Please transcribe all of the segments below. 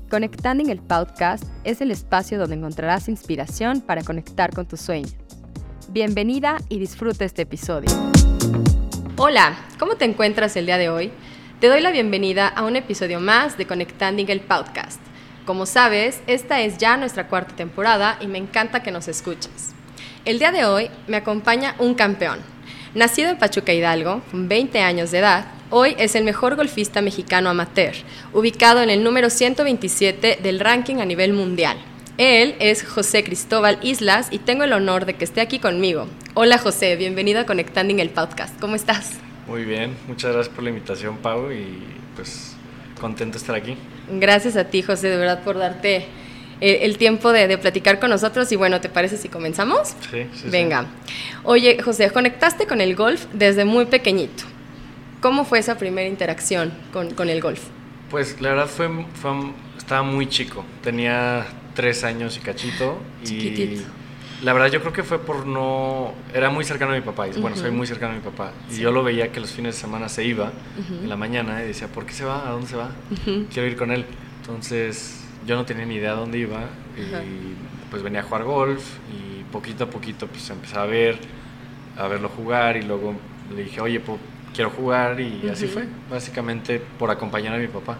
Conectanding el podcast es el espacio donde encontrarás inspiración para conectar con tus sueños. Bienvenida y disfruta este episodio. Hola, ¿cómo te encuentras el día de hoy? Te doy la bienvenida a un episodio más de Conectanding el podcast. Como sabes, esta es ya nuestra cuarta temporada y me encanta que nos escuches. El día de hoy me acompaña un campeón. Nacido en Pachuca, Hidalgo, con 20 años de edad, hoy es el mejor golfista mexicano amateur, ubicado en el número 127 del ranking a nivel mundial. Él es José Cristóbal Islas y tengo el honor de que esté aquí conmigo. Hola José, bienvenido a Conectanding el podcast. ¿Cómo estás? Muy bien, muchas gracias por la invitación, Pau, y pues contento de estar aquí. Gracias a ti, José, de verdad por darte el tiempo de platicar con nosotros. Y bueno, ¿te parece si comenzamos? Sí. Venga. Oye, José, conectaste con el golf desde muy pequeñito. ¿Cómo fue esa primera interacción con el golf? Pues la verdad estaba muy chico, tenía 3 años y cachito. Chiquitito. Y la verdad yo creo que fue era muy cercano a mi papá, y bueno, soy muy cercano a mi papá. Y yo lo veía que los fines de semana se iba en la mañana y decía, ¿por qué se va? ¿A dónde se va? Quiero ir con él. Entonces yo no tenía ni idea a dónde iba y pues venía a jugar golf y poquito a poquito pues empecé a verlo jugar y luego le dije, oye, quiero jugar y así fue, básicamente por acompañar a mi papá.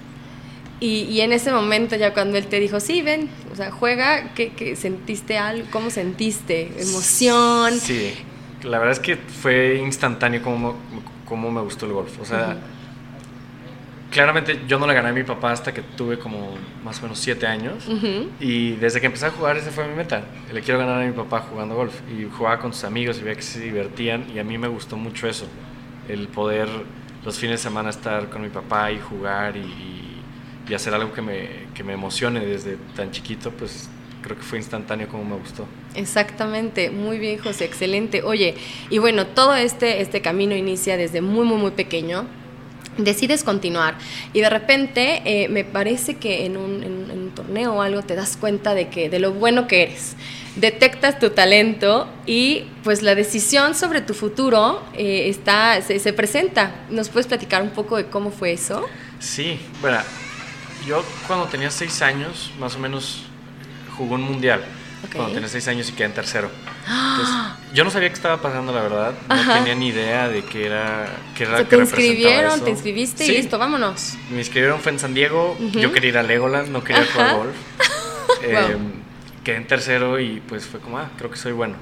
Y en ese momento ya cuando él te dijo, sí, ven, o sea, juega, ¿qué sentiste algo? ¿Cómo sentiste? ¿Emoción? Sí, la verdad es que fue instantáneo como me gustó el golf. O sea, claramente yo no le gané a mi papá hasta que tuve como más o menos 7 años. Y desde que empecé a jugar, esa fue mi meta. Le quiero ganar a mi papá jugando golf. Y jugaba con sus amigos y veía que se divertían. Y a mí me gustó mucho eso. El poder los fines de semana estar con mi papá y jugar y hacer algo que me emocione desde tan chiquito, pues creo que fue instantáneo como me gustó. Exactamente, muy bien, José, excelente. Oye, y bueno, todo este camino inicia desde muy, muy, muy pequeño. Decides continuar y de repente me parece que en un torneo o algo te das cuenta de lo bueno que eres. Detectas tu talento y pues la decisión sobre tu futuro se presenta. ¿Nos puedes platicar un poco de cómo fue eso? Sí, bueno, yo cuando tenía 6 años, más o menos, jugué un mundial. Okay. Cuando tenía 6 años y quedé en tercero. Entonces, yo no sabía qué estaba pasando, la verdad. No tenía ni idea de qué era o sea, ¿te inscribieron? ¿Te inscribiste? Sí. Y listo, vámonos. Me inscribieron, fue en San Diego. Yo quería ir a Legoland, no quería jugar golf. Quedé en tercero y pues fue como, creo que soy bueno.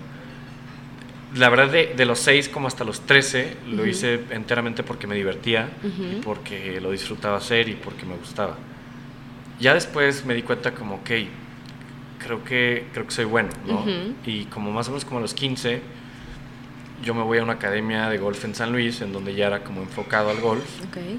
La verdad, de los 6 como hasta los 13, lo hice enteramente porque me divertía y porque lo disfrutaba hacer y porque me gustaba. Ya después me di cuenta como, ok, creo que soy bueno, ¿no? Y como más o menos como a los 15, yo me voy a una academia de golf en San Luis, en donde ya era como enfocado al golf.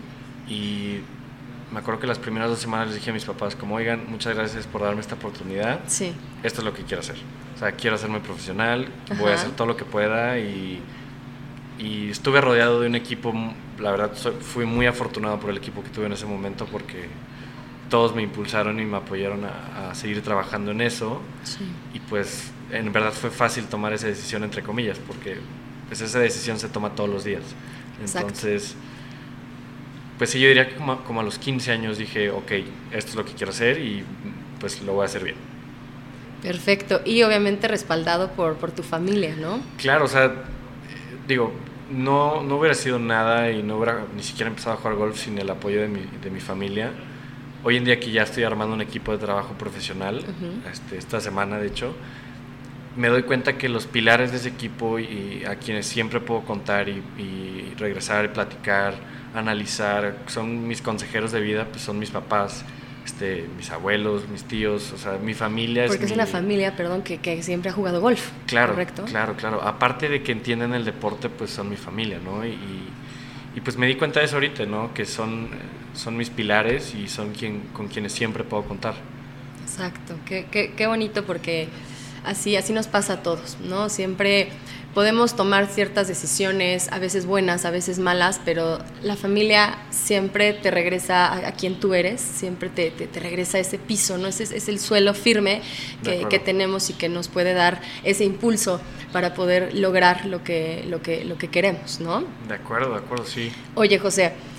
Y me acuerdo que las primeras 2 semanas les dije a mis papás como, oigan, muchas gracias por darme esta oportunidad. Sí. Esto es lo que quiero hacer. O sea, quiero hacerme profesional, voy a hacer todo lo que pueda y estuve rodeado de un equipo, la verdad fui muy afortunado por el equipo que tuve en ese momento porque todos me impulsaron y me apoyaron a seguir trabajando en eso. Sí. Y pues en verdad fue fácil tomar esa decisión entre comillas porque pues esa decisión se toma todos los días. Entonces, exacto. Pues sí, yo diría que como a los 15 años dije, ok, esto es lo que quiero hacer y pues lo voy a hacer bien. Perfecto, y obviamente respaldado por tu familia, ¿no? Claro, o sea, digo, no hubiera sido nada y no hubiera ni siquiera empezado a jugar golf sin el apoyo de mi familia. Hoy en día que ya estoy armando un equipo de trabajo profesional, esta semana de hecho, me doy cuenta que los pilares de ese equipo y a quienes siempre puedo contar y regresar y platicar, analizar, son mis consejeros de vida, pues son mis papás, mis abuelos, mis tíos, o sea, mi familia. Porque es una familia, perdón, que siempre ha jugado golf, claro, ¿correcto? Claro. Aparte de que entienden el deporte, pues son mi familia, ¿no? Y pues me di cuenta de eso ahorita, ¿no? Que son mis pilares y son con quienes siempre puedo contar. Exacto, qué bonito porque así nos pasa a todos, ¿no? Siempre podemos tomar ciertas decisiones, a veces buenas, a veces malas, pero la familia siempre te regresa a quien tú eres, siempre te regresa a ese piso, ¿no? Es el suelo firme que tenemos y que nos puede dar ese impulso para poder lograr lo que queremos, ¿no? De acuerdo, sí. Oye, José,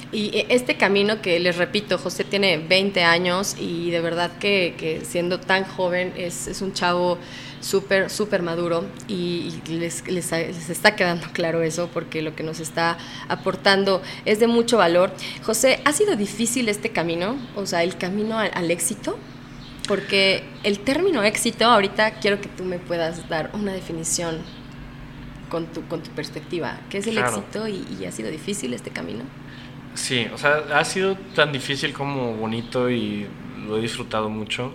Y este camino que les repito, José tiene 20 años y de verdad que siendo tan joven es un chavo súper maduro y les está quedando claro eso porque lo que nos está aportando es de mucho valor. José, ¿ha sido difícil este camino? O sea, el camino al éxito. Porque el término éxito, ahorita quiero que tú me puedas dar una definición con tu perspectiva. ¿Qué es el éxito y ha sido difícil este camino? Sí, o sea, ha sido tan difícil como bonito y lo he disfrutado mucho.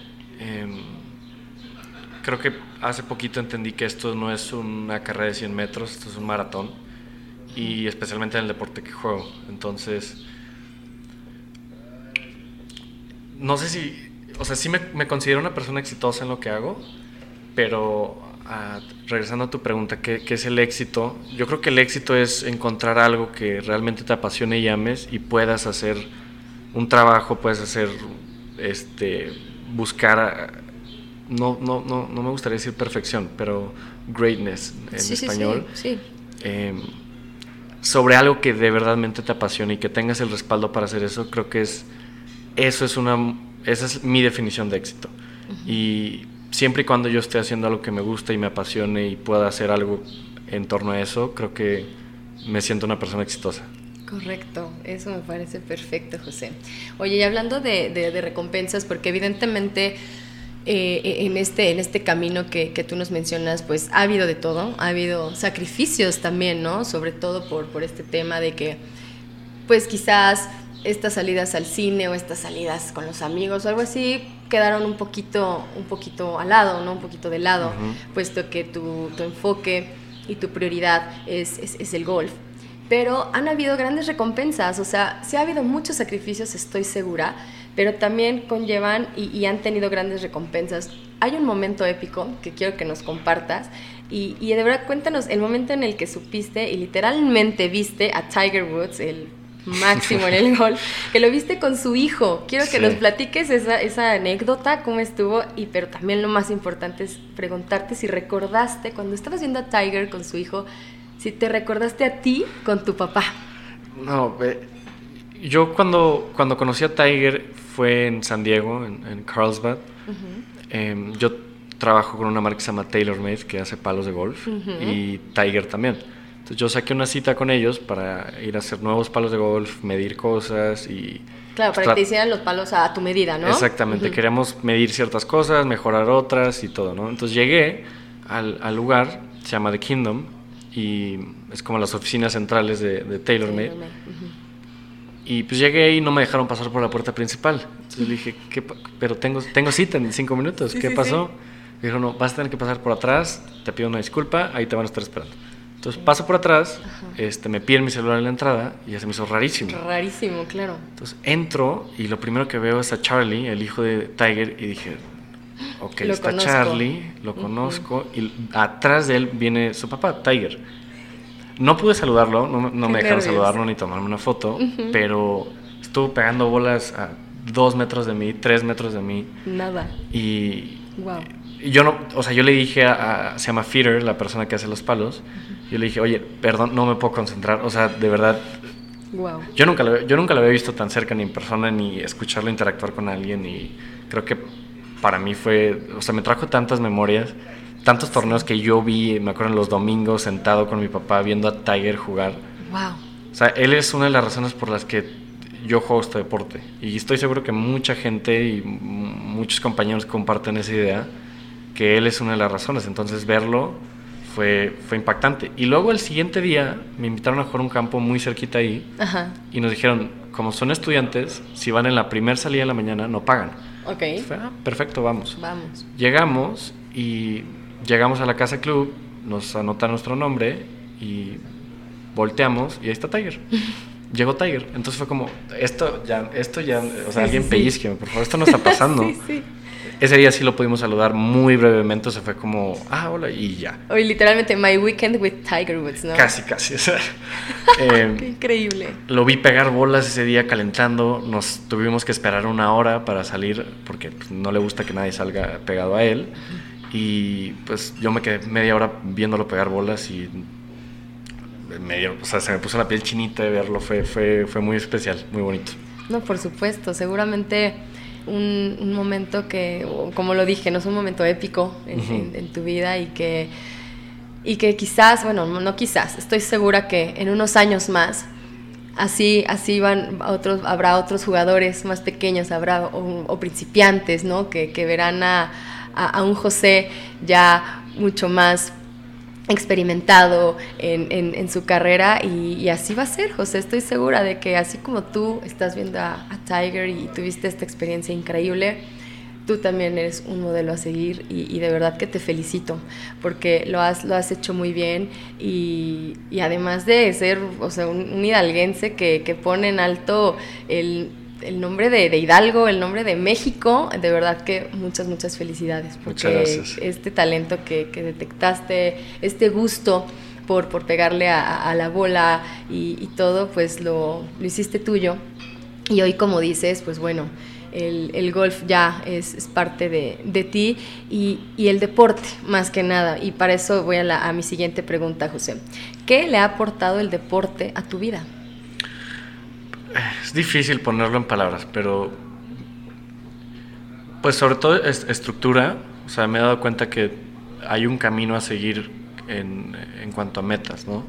Creo que hace poquito entendí que esto no es una carrera de 100 metros, esto es un maratón. Y especialmente en el deporte que juego. Entonces, no sé si... O sea, sí me considero una persona exitosa en lo que hago, pero regresando a tu pregunta, ¿qué es el éxito? Yo creo que el éxito es encontrar algo que realmente te apasione y ames y puedas hacer un trabajo, puedes hacer, buscar, no me gustaría decir perfección, pero greatness en español. Sí. Sobre algo que de verdadmente te apasione y que tengas el respaldo para hacer eso, creo que esa es mi definición de éxito. Uh-huh. Y siempre y cuando yo esté haciendo algo que me gusta y me apasione y pueda hacer algo en torno a eso, creo que me siento una persona exitosa. Correcto, eso me parece perfecto, José. Oye, y hablando de recompensas, porque evidentemente en este camino que tú nos mencionas, pues ha habido de todo, ha habido sacrificios también, ¿no? Sobre todo por este tema de que, pues quizás estas salidas al cine o estas salidas con los amigos o algo así quedaron un poquito al lado, ¿no? Un poquito de lado, uh-huh. Puesto que tu enfoque y tu prioridad es el golf. Pero han habido grandes recompensas, o sea, sí ha habido muchos sacrificios, estoy segura, pero también conllevan y han tenido grandes recompensas. Hay un momento épico que quiero que nos compartas y de verdad cuéntanos el momento en el que supiste y literalmente viste a Tiger Woods, el máximo en el golf, que lo viste con su hijo. Quiero que nos platiques esa anécdota, cómo estuvo, pero también lo más importante es preguntarte si recordaste, cuando estabas viendo a Tiger con su hijo, si te recordaste a ti con tu papá. No, yo cuando conocí a Tiger fue en San Diego, en Carlsbad. Uh-huh. Yo trabajo con una marca que se llama TaylorMade, que hace palos de golf, uh-huh. Y Tiger también. Entonces yo saqué una cita con ellos para ir a hacer nuevos palos de golf, medir cosas y... Claro, para que te hicieran los palos a tu medida, ¿no? Exactamente, uh-huh. Queríamos medir ciertas cosas, mejorar otras y todo, ¿no? Entonces llegué al lugar, se llama The Kingdom, y es como las oficinas centrales de TaylorMade. Uh-huh. Y pues llegué y no me dejaron pasar por la puerta principal. Entonces le dije, pero tengo cita en 5 minutos, ¿qué pasó? Me dijo, no, vas a tener que pasar por atrás, te pido una disculpa, ahí te van a estar esperando. Entonces paso por atrás, me piden mi celular en la entrada y ya se me hizo rarísimo. Rarísimo, claro. Entonces entro y lo primero que veo es a Charlie, el hijo de Tiger, y dije, ok, lo está conozco. Charlie, lo uh-huh. conozco, y atrás de él viene su papá, Tiger. No pude saludarlo, no me dejaron saludarlo ni tomarme una foto, uh-huh. pero estuvo pegando bolas a 2 metros de mí, 3 metros de mí. Nada. Y wow. Yo le dije se llama Feeder, la persona que hace los palos, uh-huh. Yo le dije, oye, perdón, no me puedo concentrar, o sea, de verdad, wow. Yo nunca lo había visto tan cerca ni en persona, ni escucharlo interactuar con alguien, y creo que para mí me trajo tantas memorias, tantos torneos que yo vi, me acuerdo en los domingos sentado con mi papá viendo a Tiger jugar. Wow. O sea, él es una de las razones por las que yo juego este deporte, y estoy seguro que mucha gente y muchos compañeros comparten esa idea, que él es una de las razones. Entonces verlo fue impactante. Y luego el siguiente día me invitaron a jugar un campo muy cerquita ahí. Ajá. Y nos dijeron, como son estudiantes, si van en la primera salida de la mañana no pagan. Ok. Fue, perfecto, vamos. Llegamos a la casa club, nos anotan nuestro nombre y volteamos y ahí está Tiger. Llegó Tiger. Entonces fue como, esto ya, o sea, alguien pellizqueme, por favor, esto no está pasando. Sí. Ese día sí lo pudimos saludar muy brevemente, se fue como, hola, y ya. Hoy literalmente, my weekend with Tiger Woods, ¿no? Casi, o sea. Qué increíble. Lo vi pegar bolas ese día calentando, nos tuvimos que esperar 1 hora para salir, porque pues, no le gusta que nadie salga pegado a él. Y pues yo me quedé media hora viéndolo pegar bolas y o sea, se me puso la piel chinita de verlo, fue muy especial, muy bonito. No, por supuesto, seguramente un momento que, como lo dije, no es un momento épico en tu vida y que quizás, bueno, no quizás, estoy segura que en unos años más, así habrá otros jugadores más pequeños, habrá o principiantes, ¿no? Que verán a un José ya mucho más experimentado en su carrera y así va a ser, José. Estoy segura de que así como tú estás viendo a Tiger y tuviste esta experiencia increíble, tú también eres un modelo a seguir y de verdad que te felicito porque lo has hecho muy bien y además de ser, o sea, un hidalguense que pone en alto el nombre de Hidalgo, el nombre de México, de verdad que muchas felicidades. Porque muchas gracias. este talento que detectaste, este gusto por pegarle a la bola y todo, pues lo hiciste tuyo. Y hoy, como dices, pues bueno, el golf ya es parte de ti y el deporte, más que nada. Y para eso voy a mi siguiente pregunta, José. ¿Qué le ha aportado el deporte a tu vida? Es difícil ponerlo en palabras, pero pues sobre todo estructura. O sea, me he dado cuenta que hay un camino a seguir en cuanto a metas, ¿no?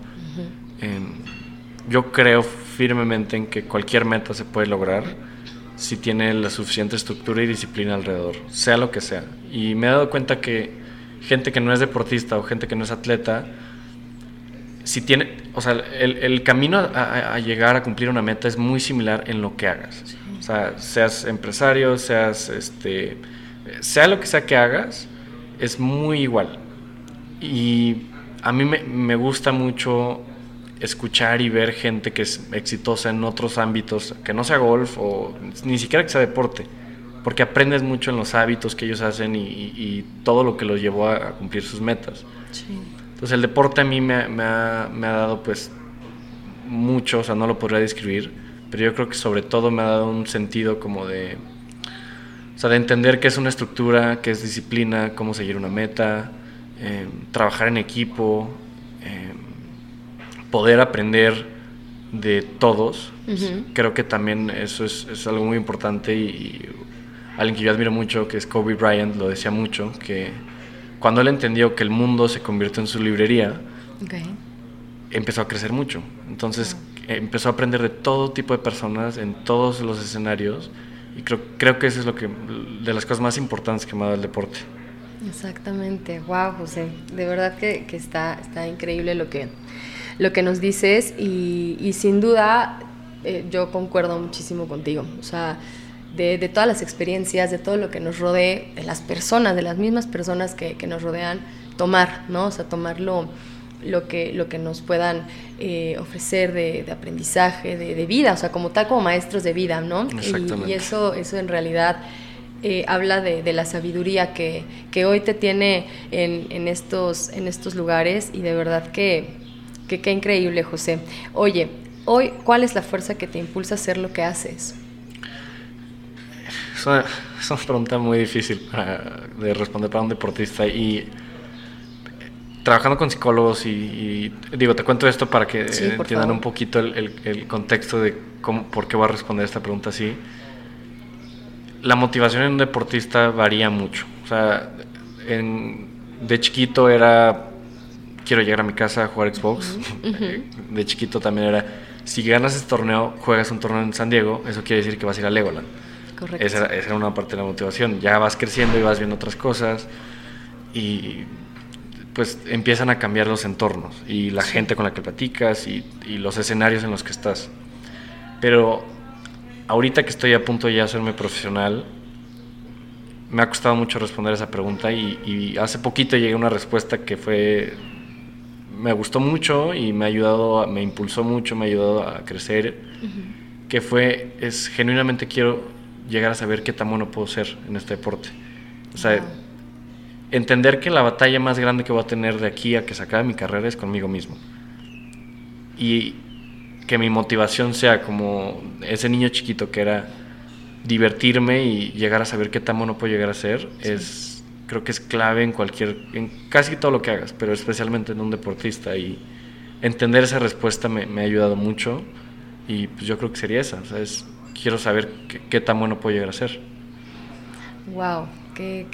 Yo creo firmemente en que cualquier meta se puede lograr si tiene la suficiente estructura y disciplina alrededor, sea lo que sea. Y me he dado cuenta que gente que no es deportista o gente que no es atleta, si tiene, o sea, el camino a llegar a cumplir una meta es muy similar en lo que hagas. Sí. O sea, seas empresario, sea lo que sea que hagas, es muy igual. Y a mí me gusta mucho escuchar y ver gente que es exitosa en otros ámbitos, que no sea golf o ni siquiera que sea deporte, porque aprendes mucho en los hábitos que ellos hacen y todo lo que los llevó a cumplir sus metas. Sí. Entonces el deporte a mí me ha dado pues mucho, o sea, no lo podría describir, pero yo creo que sobre todo me ha dado un sentido como de entender qué es una estructura, qué es disciplina, cómo seguir una meta, trabajar en equipo, poder aprender de todos. Uh-huh. Creo que también eso es algo muy importante y alguien que yo admiro mucho, que es Kobe Bryant, lo decía mucho, que cuando él entendió que el mundo se convirtió en su librería, okay, empezó a crecer mucho. Entonces empezó a aprender de todo tipo de personas en todos los escenarios y creo que eso es de las cosas más importantes que me ha dado el deporte. Exactamente. Wow, José, de verdad que está increíble lo que nos dices y sin duda yo concuerdo muchísimo contigo. O sea, de todas las experiencias, de todo lo que nos rodee, de las personas, de las mismas personas que nos rodean, tomar, ¿no? O sea, tomar lo que nos puedan ofrecer de aprendizaje, de vida, o sea, como maestros de vida, ¿no? Exactamente. Y eso en realidad habla de la sabiduría que hoy te tiene en estos lugares y de verdad que qué increíble, José. Oye, hoy, ¿cuál es la fuerza que te impulsa a hacer lo que haces? Es una pregunta muy difícil de responder para un deportista y trabajando con psicólogos y digo, te cuento esto para que entiendan un poquito el contexto de por qué voy a responder esta pregunta así. La motivación en un deportista varía mucho. O sea, de chiquito era quiero llegar a mi casa a jugar Xbox. Uh-huh. De chiquito también era si ganas este torneo, juegas un torneo en San Diego, eso quiere decir que vas a ir a Legoland. Correcto. Esa era una parte de la motivación. Ya vas creciendo y vas viendo otras cosas y pues empiezan a cambiar los entornos y la gente con la que platicas y los escenarios en los que estás. Pero ahorita que estoy a punto de ya hacerme profesional, me ha costado mucho responder esa pregunta y hace poquito llegué a una respuesta que me gustó mucho y me impulsó mucho, me ha ayudado a crecer, uh-huh, que genuinamente quiero llegar a saber qué tan bueno puedo ser en este deporte. O sea, entender que la batalla más grande que voy a tener de aquí a que se acabe mi carrera es conmigo mismo. Y que mi motivación sea como ese niño chiquito que era divertirme y llegar a saber qué tan bueno puedo llegar a ser, sí, creo que es clave en casi todo lo que hagas, pero especialmente en un deportista y entender esa respuesta me ha ayudado mucho y pues yo creo que sería esa, ¿sabes? Quiero saber qué tan bueno puedo llegar a ser. Wow, qué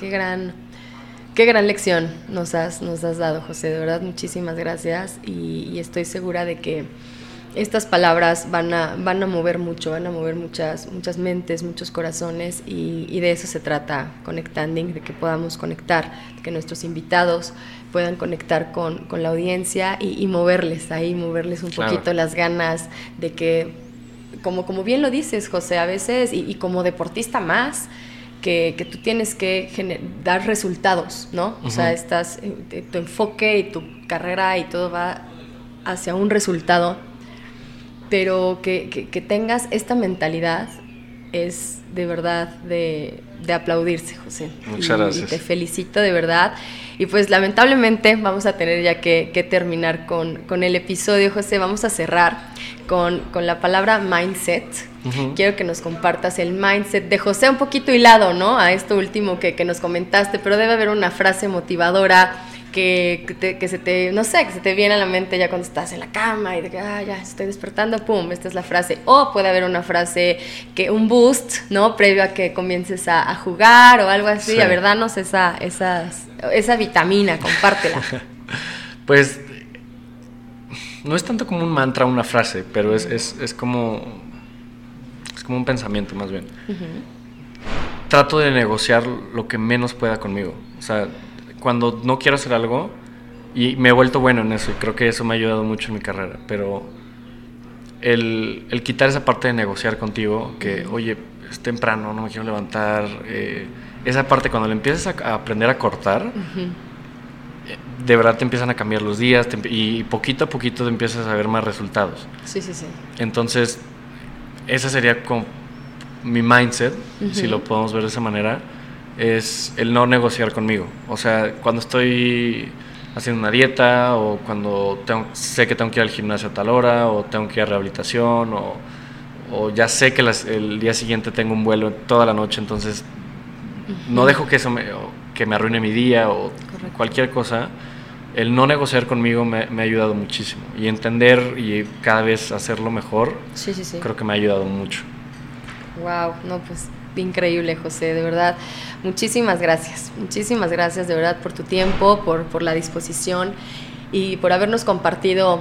gran lección nos has dado, José, de verdad, muchísimas gracias y estoy segura de que estas palabras van a mover mucho, van a mover muchas mentes, muchos corazones y de eso se trata Conectanding, de que podamos conectar, que nuestros invitados puedan conectar con la audiencia y moverles un poquito las ganas de que, como bien lo dices, José, a veces, y como deportista más, que tú tienes que dar resultados, ¿no? Uh-huh. O sea, tu enfoque y tu carrera y todo va hacia un resultado, pero que tengas esta mentalidad es de verdad de aplaudirse, José. Muchas gracias. Y te felicito de verdad. Y pues lamentablemente vamos a tener ya que terminar con el episodio, José. Vamos a cerrar con la palabra mindset. Uh-huh. Quiero que nos compartas el mindset de José, un poquito hilado, ¿no? A esto último que nos comentaste, pero debe haber una frase motivadora que se te viene a la mente ya cuando estás en la cama y de que ya estoy despertando, pum, esta es la frase. O puede haber una frase un boost, ¿no? Previo a que comiences a jugar o algo así. Sí. A ver, danos esa vitamina, compártela. Pues no es tanto como un mantra, una frase, pero es como un pensamiento más bien. Uh-huh. Trato de negociar lo que menos pueda conmigo. O sea, cuando no quiero hacer algo, y me he vuelto bueno en eso, y creo que eso me ha ayudado mucho en mi carrera, pero el quitar esa parte de negociar contigo, que, oye, es temprano, no me quiero levantar, esa parte cuando le empiezas a aprender a cortar, uh-huh. De verdad te empiezan a cambiar los días, y poquito a poquito te empiezas a ver más resultados. Sí. Entonces, esa sería como mi mindset, uh-huh. Si lo podemos ver de esa manera, es el no negociar conmigo. O sea, cuando estoy haciendo una dieta o cuando sé que tengo que ir al gimnasio a tal hora o tengo que ir a rehabilitación o ya sé que el día siguiente tengo un vuelo toda la noche, entonces uh-huh. No dejo que eso que me arruine mi día o correcto. Cualquier cosa. El no negociar conmigo me ha ayudado muchísimo y entender y cada vez hacerlo mejor. Sí. Creo que me ha ayudado mucho. Wow, no, pues increíble, José, de verdad. Muchísimas gracias de verdad por tu tiempo, por la disposición y por habernos compartido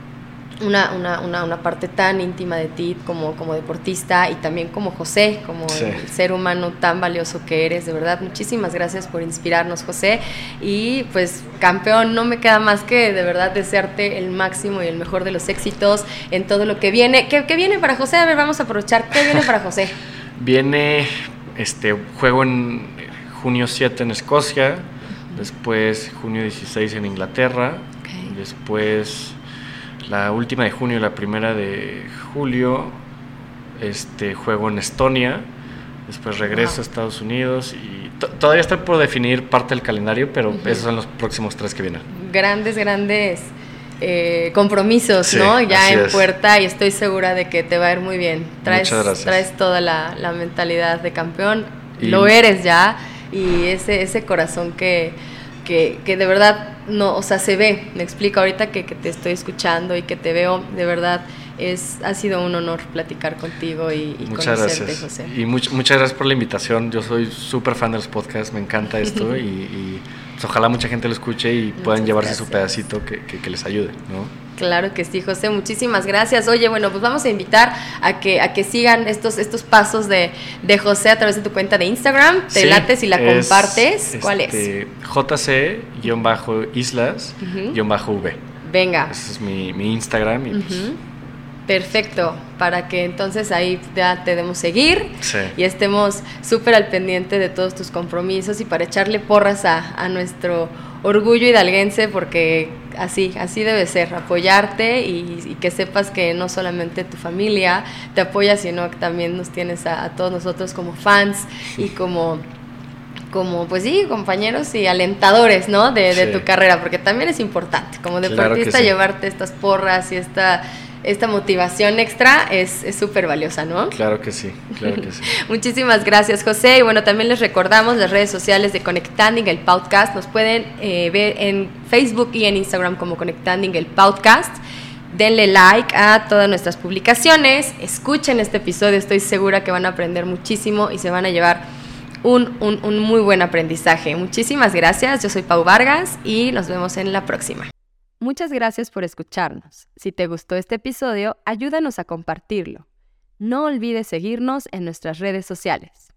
una parte tan íntima de ti como deportista y también como José, como sí. El ser humano tan valioso que eres, de verdad. Muchísimas gracias por inspirarnos, José, y pues campeón, no me queda más que de verdad desearte el máximo y el mejor de los éxitos en todo lo que viene. ¿Qué viene para José? A ver, vamos a aprovechar. ¿Qué viene para José? Viene juego en junio 7 en Escocia, después junio 16 en Inglaterra, okay. Después la última de junio y la primera de julio juego en Estonia, después regreso a Estados Unidos y todavía estoy por definir parte del calendario, pero uh-huh. Esos son los próximos 3 que vienen. Grandes compromisos, sí, ¿no? Ya en puerta y estoy segura de que te va a ir muy bien. Traes toda la mentalidad de campeón, lo eres ya, y ese corazón que de verdad no, o sea, se ve, me explico ahorita que te estoy escuchando y que te veo, de verdad ha sido un honor platicar contigo y conocerte, José. Y muchas gracias por la invitación. Yo soy súper fan de los podcasts, me encanta esto y pues ojalá mucha gente lo escuche y puedan llevarse su pedacito que les ayude, ¿no? Claro que sí, José, muchísimas gracias. Oye, bueno, pues vamos a invitar a que sigan estos pasos de José a través de tu cuenta de Instagram. ¿Te late si la compartes? ¿Cuál es? JC-Islas-V. Venga. Ese es mi Instagram y pues... Perfecto, para que entonces ahí ya te demos seguir y estemos súper al pendiente de todos tus compromisos y para echarle porras a nuestro orgullo hidalguense, porque así debe ser, apoyarte y que sepas que no solamente tu familia te apoya, sino que también nos tienes a todos nosotros como fans y como pues sí, compañeros y alentadores, ¿no? de tu carrera, porque también es importante como deportista, claro, llevarte estas porras y esta motivación extra es súper valiosa, ¿no? Claro que sí, claro que sí. Muchísimas gracias, José. Y bueno, también les recordamos las redes sociales de Conectanding el Podcast. Nos pueden ver en Facebook y en Instagram como Conectanding el Podcast. Denle like a todas nuestras publicaciones. Escuchen este episodio, estoy segura que van a aprender muchísimo y se van a llevar un muy buen aprendizaje. Muchísimas gracias. Yo soy Pau Vargas y nos vemos en la próxima. Muchas gracias por escucharnos. Si te gustó este episodio, ayúdanos a compartirlo. No olvides seguirnos en nuestras redes sociales.